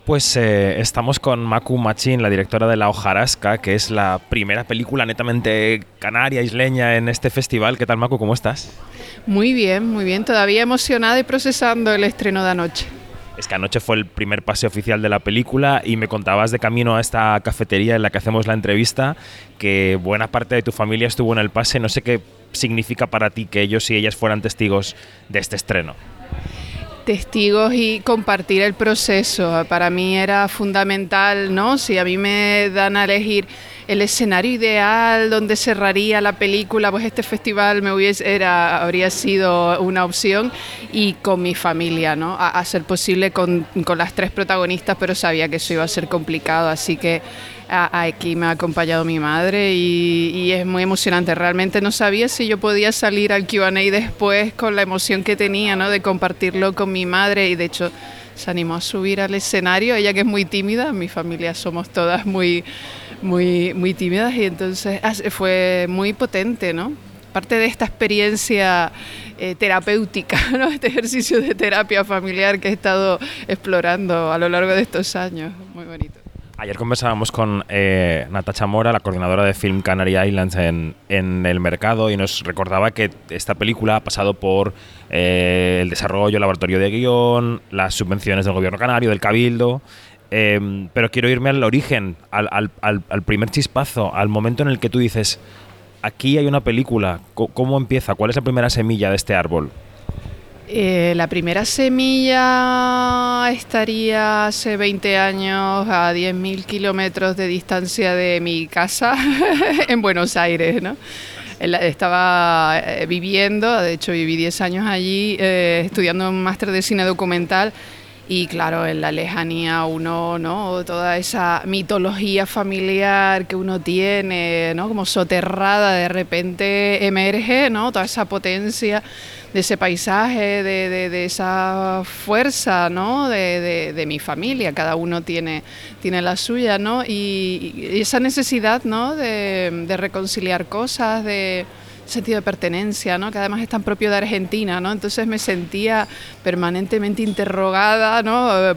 Pues estamos con Macu Machín, la directora de La Hojarasca, que es la primera película netamente canaria, isleña en este festival. ¿Qué tal, Macu? ¿Cómo estás? Muy bien, muy bien. Todavía emocionada y procesando el estreno de anoche. Es que anoche fue el primer pase oficial de la película y me contabas de camino a esta cafetería en la que hacemos la entrevista que buena parte de tu familia estuvo en el pase. No sé qué significa para ti que ellos y ellas fueran testigos de este estreno. Testigos y compartir el proceso. Para mí era fundamental, ¿no? Si a mí me dan a elegir el escenario ideal donde cerraría la película, pues este festival habría sido una opción, y con mi familia, ¿no? A ser posible con las tres protagonistas, pero sabía que eso iba a ser complicado, así que aquí me ha acompañado mi madre y es muy emocionante. Realmente no sabía si yo podía salir al Q&A después con la emoción que tenía, ¿no? De compartirlo con mi madre, y de hecho se animó a subir al escenario, ella que es muy tímida. Mi familia somos todas muy tímidas, y entonces fue muy potente, ¿no? Parte de esta experiencia terapéutica, ¿no? Este ejercicio de terapia familiar que he estado explorando a lo largo de estos años. Muy bonito. Ayer conversábamos con Natacha Mora, la coordinadora de Film Canary Islands en el mercado, y nos recordaba que esta película ha pasado por el desarrollo, el laboratorio de guión, las subvenciones del gobierno canario, del Cabildo, pero quiero irme al origen, al primer chispazo, al momento en el que tú dices, aquí hay una película. ¿Cómo empieza? ¿Cuál es la primera semilla de este árbol? La primera semilla estaría hace 20 años a 10.000 kilómetros de distancia de mi casa en Buenos Aires, ¿no? Estaba viviendo, de hecho viví 10 años allí, estudiando un máster de cine documental. Y claro, en la lejanía uno, ¿no? Toda esa mitología familiar que uno tiene, ¿no? Como soterrada, de repente emerge, ¿no? Toda esa potencia de ese paisaje, de esa fuerza, ¿no? De mi familia. Cada uno tiene la suya, ¿no? Y esa necesidad, ¿no? De reconciliar cosas, de sentido de pertenencia, ¿no? Que además es tan propio de Argentina, ¿no? Entonces me sentía permanentemente interrogada, ¿no?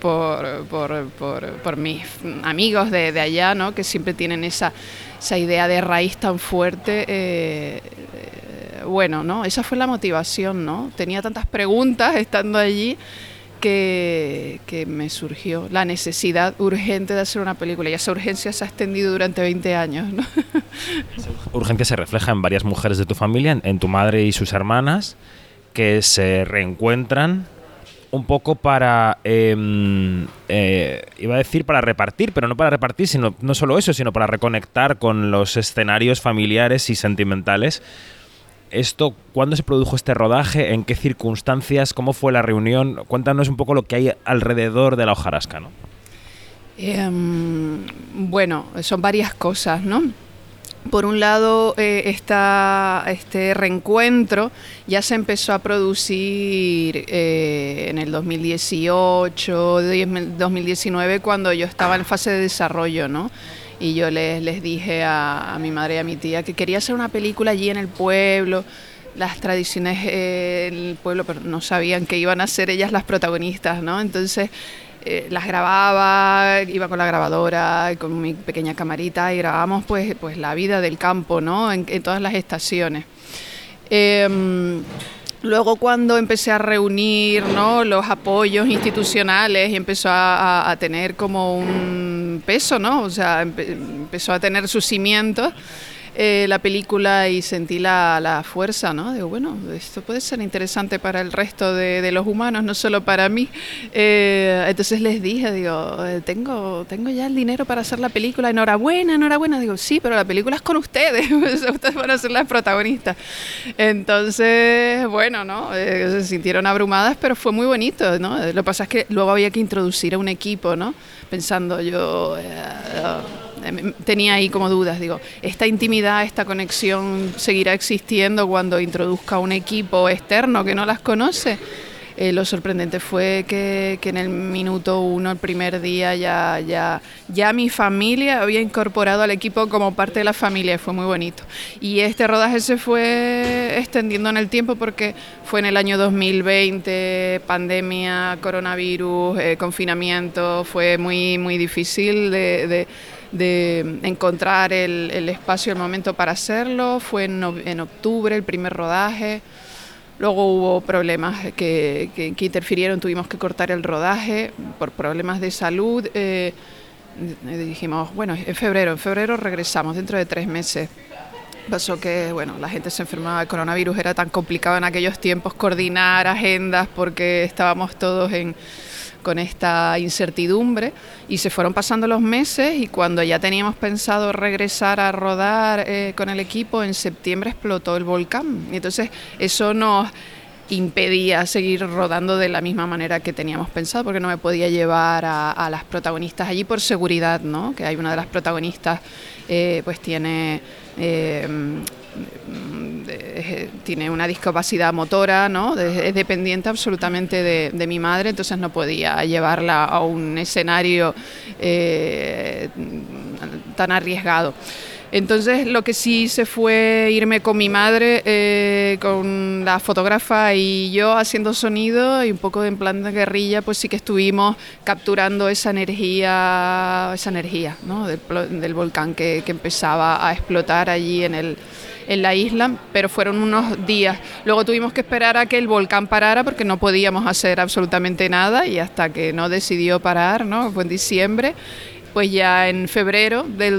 por mis amigos de allá, ¿no? Que siempre tienen esa idea de raíz tan fuerte. Bueno, ¿no? Esa fue la motivación, ¿no? Tenía tantas preguntas estando allí que me surgió la necesidad urgente de hacer una película, y esa urgencia se ha extendido durante 20 años, ¿no? Esa urgencia se refleja en varias mujeres de tu familia, en tu madre y sus hermanas, que se reencuentran un poco para, iba a decir para repartir, pero no para repartir, sino no solo eso, sino para reconectar con los escenarios familiares y sentimentales. Esto, ¿cuándo se produjo este rodaje? ¿En qué circunstancias? ¿Cómo fue la reunión? Cuéntanos un poco lo que hay alrededor de La Hojarasca, ¿no? Bueno, son varias cosas, ¿no? Por un lado, este reencuentro ya se empezó a producir en el 2018, 2019, cuando yo estaba en fase de desarrollo, ¿no? Y yo les dije a mi madre y a mi tía que quería hacer una película allí en el pueblo, las tradiciones del pueblo, pero no sabían que iban a ser ellas las protagonistas, ¿no? Entonces las grababa, iba con la grabadora, con mi pequeña camarita, y grabamos pues la vida del campo, ¿no? En todas las estaciones. Luego, cuando empecé a reunir, ¿no? Los apoyos institucionales, y empezó a tener como un peso, ¿no? O sea, empezó a tener sus cimientos la película, y sentí la fuerza, ¿no? Digo, bueno, esto puede ser interesante para el resto de los humanos, no solo para mí. Entonces les dije, digo, tengo ya el dinero para hacer la película, enhorabuena. Digo, sí, pero la película es con ustedes, ustedes van a ser las protagonistas. Entonces, bueno, ¿no? Se sintieron abrumadas, pero fue muy bonito, ¿no? Lo que pasa es que luego había que introducir a un equipo, ¿no? Pensando yo... tenía ahí como dudas, digo, esta intimidad, esta conexión seguirá existiendo cuando introduzca un equipo externo que no las conoce. Lo sorprendente fue que en el minuto 1, el primer día, ya mi familia había incorporado al equipo como parte de la familia, fue muy bonito. Y este rodaje se fue extendiendo en el tiempo porque fue en el año 2020, pandemia, coronavirus, confinamiento, fue muy, muy difícil de encontrar el espacio, el momento para hacerlo. Fue en octubre el primer rodaje. Luego hubo problemas que interfirieron, tuvimos que cortar el rodaje por problemas de salud. Dijimos, bueno, en febrero regresamos, dentro de 3 meses. Pasó que, bueno, la gente se enfermaba de coronavirus, era tan complicado en aquellos tiempos coordinar agendas porque estábamos todos con esta incertidumbre, y se fueron pasando los meses, y cuando ya teníamos pensado regresar a rodar con el equipo, en septiembre explotó el volcán, y entonces eso nos impedía seguir rodando de la misma manera que teníamos pensado, porque no me podía llevar a las protagonistas allí por seguridad, ¿no? Que hay una de las protagonistas pues tiene una discapacidad motora, ¿no? Es dependiente absolutamente de mi madre, entonces no podía llevarla a un escenario tan arriesgado. Entonces lo que sí hice fue irme con mi madre, con la fotógrafa y yo haciendo sonido, y un poco en plan de guerrilla, pues sí que estuvimos capturando esa energía, ¿no? del volcán que empezaba a explotar allí en la isla, pero fueron unos días. Luego tuvimos que esperar a que el volcán parara porque no podíamos hacer absolutamente nada, y hasta que no decidió parar, ¿no? Fue en diciembre. Pues ya en febrero del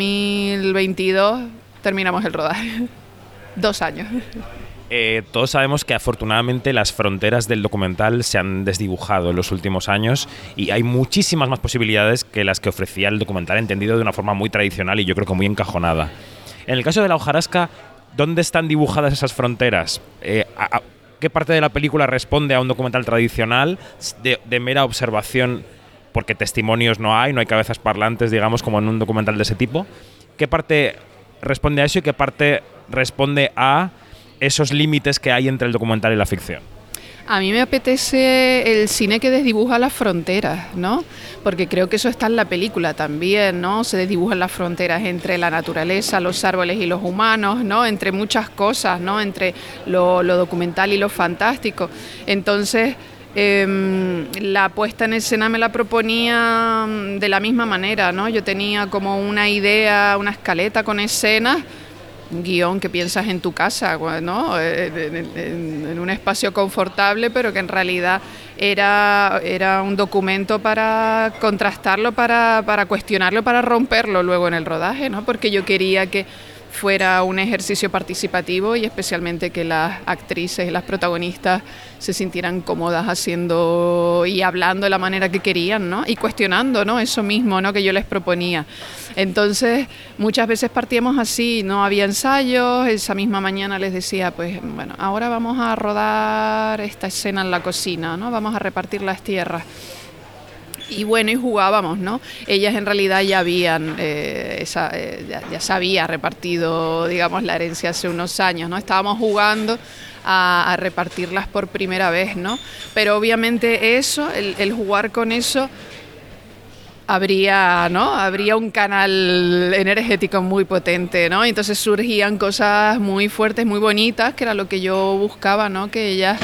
2022 terminamos el rodaje. 2 años. Todos sabemos que afortunadamente las fronteras del documental se han desdibujado en los últimos años, y hay muchísimas más posibilidades que las que ofrecía el documental, entendido de una forma muy tradicional y yo creo que muy encajonada. En el caso de La hojarasca, ¿dónde están dibujadas esas fronteras? ¿Qué parte de la película responde a un documental tradicional de mera observación? Porque testimonios no hay cabezas parlantes, digamos, como en un documental de ese tipo. ¿Qué parte responde a eso y qué parte responde a esos límites que hay entre el documental y la ficción? A mí me apetece el cine que desdibuja las fronteras, ¿no? Porque creo que eso está en la película también, ¿no? Se desdibujan las fronteras entre la naturaleza, los árboles y los humanos, ¿no? Entre muchas cosas, ¿no? Entre lo documental y lo fantástico. Entonces, la puesta en escena me la proponía de la misma manera, ¿no? Yo tenía como una idea, una escaleta con escenas, un guión que piensas en tu casa, ¿no? En un espacio confortable, pero que en realidad era un documento para contrastarlo, para cuestionarlo, para romperlo luego en el rodaje, ¿no? Porque yo quería que fuera un ejercicio participativo, y especialmente que las actrices y las protagonistas se sintieran cómodas haciendo y hablando de la manera que querían, ¿no? Y cuestionando, ¿no? Eso mismo, ¿no? Que yo les proponía. Entonces, muchas veces partíamos así, no había ensayos. Esa misma mañana les decía, pues, bueno, ahora vamos a rodar esta escena en la cocina, ¿no? Vamos a repartir las tierras. Y bueno, y jugábamos, ¿no? Ellas en realidad ya habían, ya se había repartido, digamos, la herencia hace unos años, ¿no? Estábamos jugando a repartirlas por primera vez, ¿no? Pero obviamente eso, el jugar con eso, habría un canal energético muy potente, ¿no? Entonces surgían cosas muy fuertes, muy bonitas, que era lo que yo buscaba, ¿no? Que ellas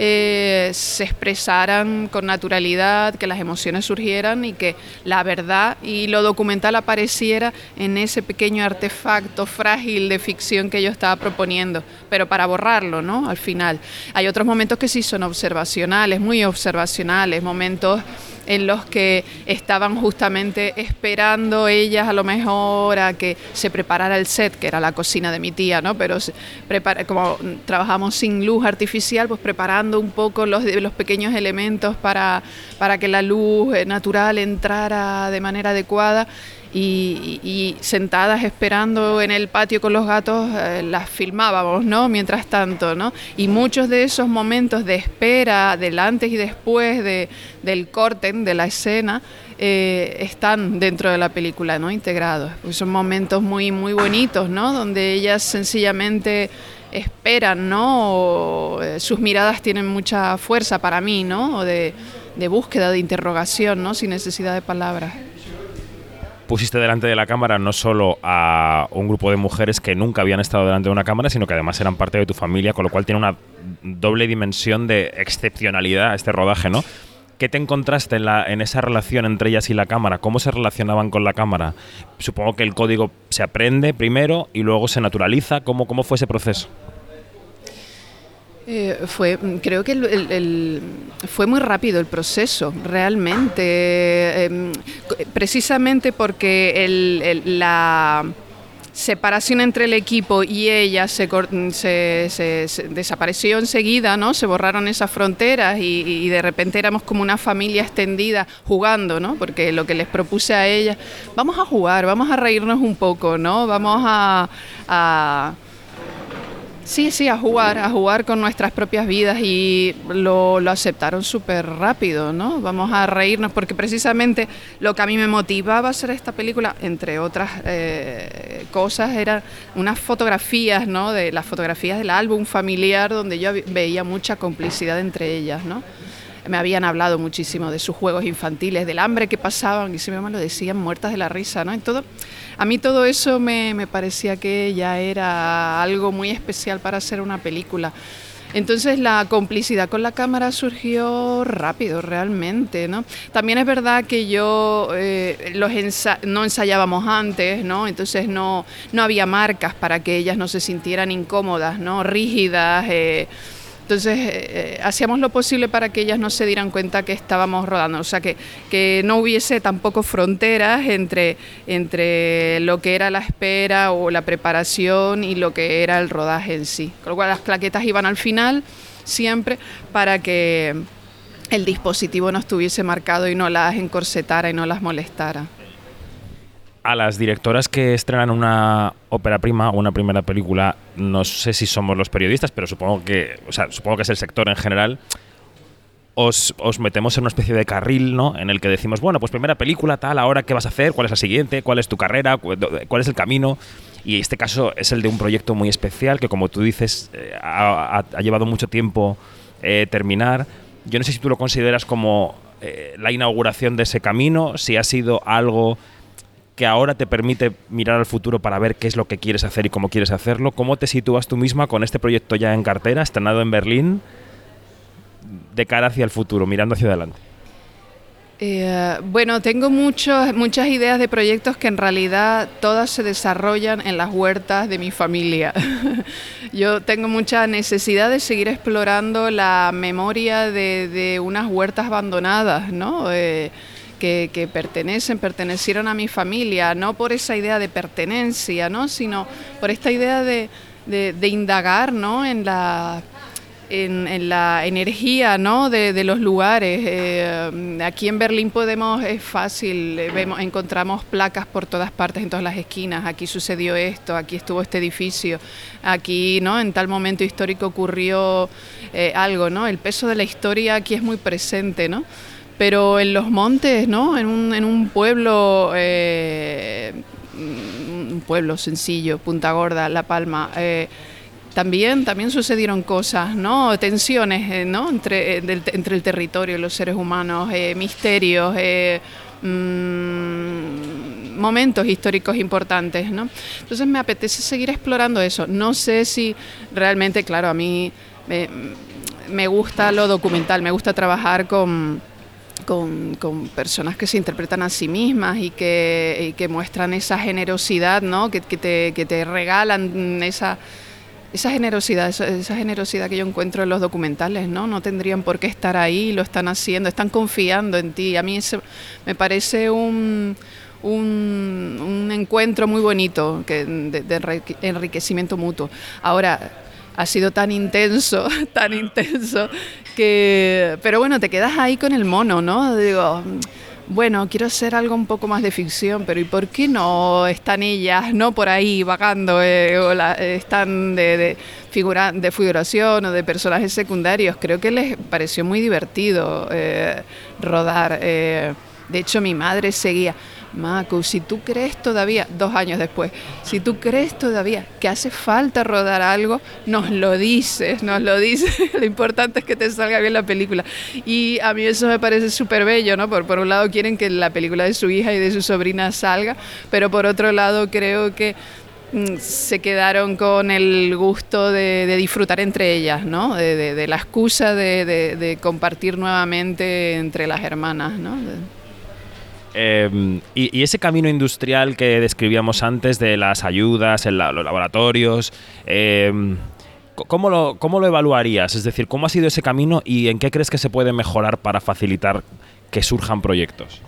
se expresaran con naturalidad, que las emociones surgieran y que la verdad y lo documental apareciera en ese pequeño artefacto frágil de ficción que yo estaba proponiendo, pero para borrarlo, ¿no? Al final. Hay otros momentos que sí son observacionales, muy observacionales, momentos en los que estaban justamente esperando ellas a lo mejor a que se preparara el set, que era la cocina de mi tía, ¿no? Pero como trabajamos sin luz artificial, pues preparando un poco los pequeños elementos para que la luz natural entrara de manera adecuada. Y sentadas esperando en el patio con los gatos, las filmábamos, ¿no? Mientras tanto, ¿no? Y muchos de esos momentos de espera, del antes y después del corte de la escena, están dentro de la película, ¿no? Integrados. Pues son momentos muy, muy bonitos, ¿no? Donde ellas sencillamente esperan, ¿no? Sus miradas tienen mucha fuerza para mí, ¿no? O de búsqueda, de interrogación, ¿no? Sin necesidad de palabras. Pusiste delante de la cámara no solo a un grupo de mujeres que nunca habían estado delante de una cámara, sino que además eran parte de tu familia, con lo cual tiene una doble dimensión de excepcionalidad este rodaje, ¿no? ¿Qué te encontraste en esa relación entre ellas y la cámara? ¿Cómo se relacionaban con la cámara? Supongo que el código se aprende primero y luego se naturaliza. ¿Cómo fue ese proceso? Creo que fue muy rápido el proceso, realmente, precisamente porque la separación entre el equipo y ella se desapareció enseguida, ¿no? Se borraron esas fronteras y de repente éramos como una familia extendida jugando, ¿no? Porque lo que les propuse a ella, vamos a jugar, vamos a reírnos un poco, ¿no? Vamos a jugar con nuestras propias vidas, y lo aceptaron súper rápido, ¿no? Vamos a reírnos, porque precisamente lo que a mí me motivaba a hacer esta película, entre otras cosas, eran unas fotografías, ¿no? De las fotografías del álbum familiar, donde yo veía mucha complicidad entre ellas, ¿no? Me habían hablado muchísimo de sus juegos infantiles, del hambre que pasaban, y siempre me lo decían muertas de la risa, ¿no? A mí todo eso me parecía que ya era algo muy especial para hacer una película. Entonces la complicidad con la cámara surgió rápido, realmente, ¿no? También es verdad que yo no ensayábamos antes, ¿no? Entonces no había marcas para que ellas no se sintieran incómodas, ¿no? Rígidas. Entonces hacíamos lo posible para que ellas no se dieran cuenta que estábamos rodando, o sea, que no hubiese tampoco fronteras entre lo que era la espera o la preparación y lo que era el rodaje en sí. Con lo cual las claquetas iban al final siempre para que el dispositivo no estuviese marcado y no las encorsetara y no las molestara. A las directoras que estrenan una ópera prima o una primera película, no sé si somos los periodistas, pero supongo que es el sector en general, os metemos en una especie de carril, ¿no? En el que decimos, bueno, pues primera película, tal, ahora qué vas a hacer, cuál es la siguiente, cuál es tu carrera, cuál es el camino. Y este caso es el de un proyecto muy especial que, como tú dices, ha llevado mucho tiempo terminar. Yo no sé si tú lo consideras como la inauguración de ese camino, si ha sido algo que ahora te permite mirar al futuro para ver qué es lo que quieres hacer y cómo quieres hacerlo. ¿Cómo te sitúas tú misma con este proyecto ya en cartera, estrenado en Berlín, de cara hacia el futuro, mirando hacia adelante? Bueno, tengo muchas ideas de proyectos que en realidad todas se desarrollan en las huertas de mi familia. Yo tengo mucha necesidad de seguir explorando la memoria de unas huertas abandonadas, ¿no? Que pertenecieron a mi familia, no por esa idea de pertenencia, ¿no? Sino por esta idea de indagar, ¿no? en la energía, ¿no? de los lugares. Aquí en Berlín es fácil, encontramos placas por todas partes, en todas las esquinas. Aquí sucedió esto, aquí estuvo este edificio, aquí, ¿no? En tal momento histórico ocurrió algo, ¿no? El peso de la historia aquí es muy presente, ¿no? Pero en los montes, ¿no? En un pueblo, sencillo, Punta Gorda, La Palma, también sucedieron cosas, ¿no? Tensiones, ¿no? Entre el territorio y los seres humanos, misterios, momentos históricos importantes, ¿no? Entonces me apetece seguir explorando eso. No sé si realmente, claro, a mí me gusta lo documental, me gusta trabajar con personas que se interpretan a sí mismas y que muestran esa generosidad, ¿no? que te regalan esa generosidad que yo encuentro en los documentales, ¿no? No tendrían por qué estar ahí, lo están haciendo, están confiando en ti. A mí eso me parece un encuentro muy bonito de enriquecimiento mutuo. Ahora, ha sido tan intenso, pero bueno, te quedas ahí con el mono, ¿no? Digo, bueno, quiero hacer algo un poco más de ficción, pero ¿y por qué no están ellas, no por ahí vagando, están de figuración o de personajes secundarios? Creo que les pareció muy divertido rodar. De hecho, mi madre seguía, Macu, si tú crees todavía, 2 años después, si tú crees todavía que hace falta rodar algo, nos lo dices, lo importante es que te salga bien la película. Y a mí eso me parece súper bello, ¿no? Por un lado quieren que la película de su hija y de su sobrina salga, pero por otro lado creo que se quedaron con el gusto de disfrutar entre ellas, ¿no? De la excusa de compartir nuevamente entre las hermanas, ¿no? Y ese camino industrial que describíamos antes de las ayudas en los laboratorios, ¿cómo lo evaluarías? Es decir, ¿cómo ha sido ese camino y en qué crees que se puede mejorar para facilitar que surjan proyectos?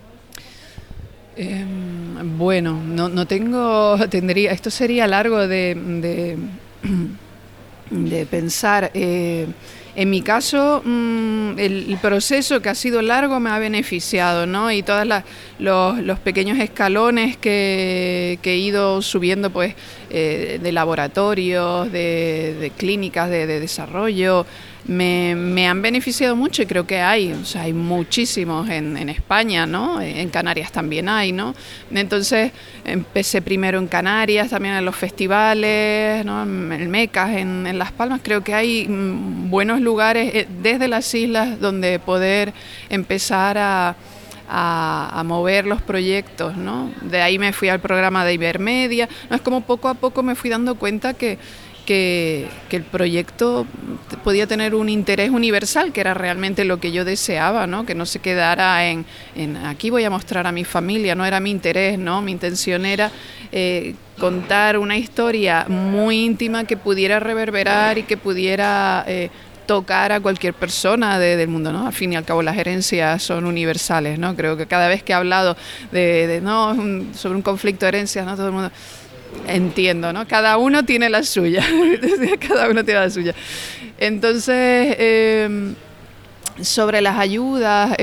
Bueno, tendría, esto sería largo de pensar. En mi caso, el proceso que ha sido largo me ha beneficiado, ¿no? Y todos los pequeños escalones que he ido subiendo, pues, de laboratorios, de clínicas de desarrollo, me han beneficiado mucho y creo que hay muchísimos en España, ¿no? En Canarias también hay, ¿no? Entonces empecé primero en Canarias, también en los festivales, ¿no? En el Mecas, en Las Palmas. Creo que hay buenos lugares desde las islas donde poder empezar a mover los proyectos, ¿no? De ahí me fui al programa de Ibermedia. No, es como poco a poco me fui dando cuenta que el proyecto podía tener un interés universal, que era realmente lo que yo deseaba, ¿no? Que no se quedara en aquí voy a mostrar a mi familia, no era mi interés, ¿no? Mi intención era contar una historia muy íntima que pudiera reverberar y que pudiera tocar a cualquier persona del mundo, ¿no? Al fin y al cabo las herencias son universales, ¿no? Creo que cada vez que he hablado sobre un conflicto de herencias, ¿no? Todo el mundo entiendo, ¿no? Cada uno tiene la suya. Cada uno tiene la suya. Entonces, sobre las ayudas,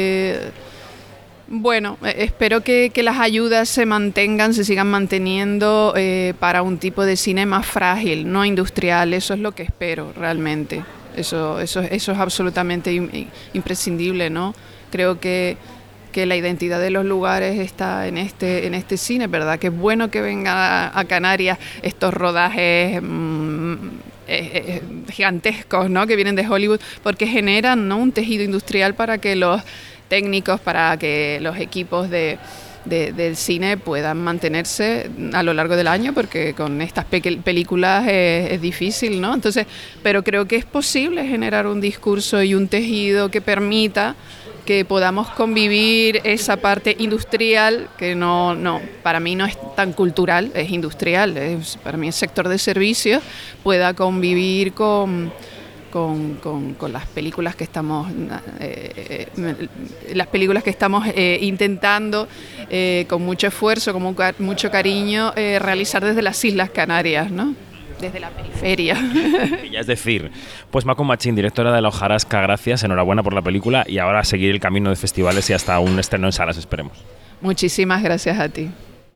bueno, espero que las ayudas se sigan manteniendo para un tipo de cine más frágil, no industrial. Eso es lo que espero realmente. Eso es absolutamente imprescindible, ¿no? Creo que la identidad de los lugares está en este cine, ¿verdad? Que es bueno que venga a Canarias estos rodajes gigantescos, ¿no? Que vienen de Hollywood, porque generan, ¿no? Un tejido industrial para que los técnicos, para que los equipos del cine puedan mantenerse a lo largo del año, porque con estas películas es difícil, ¿no? Entonces, pero creo que es posible generar un discurso y un tejido que permita que podamos convivir esa parte industrial, que no para mí no es tan cultural, es industrial, para mí es sector de servicios, pueda convivir con las películas que estamos intentando con mucho esfuerzo, con mucho cariño realizar desde las Islas Canarias, ¿no? Desde la periferia. Ya es decir, pues Macu Machín, directora de La Hojarasca, gracias, enhorabuena por la película y ahora a seguir el camino de festivales y hasta un estreno en salas, esperemos. Muchísimas gracias a ti.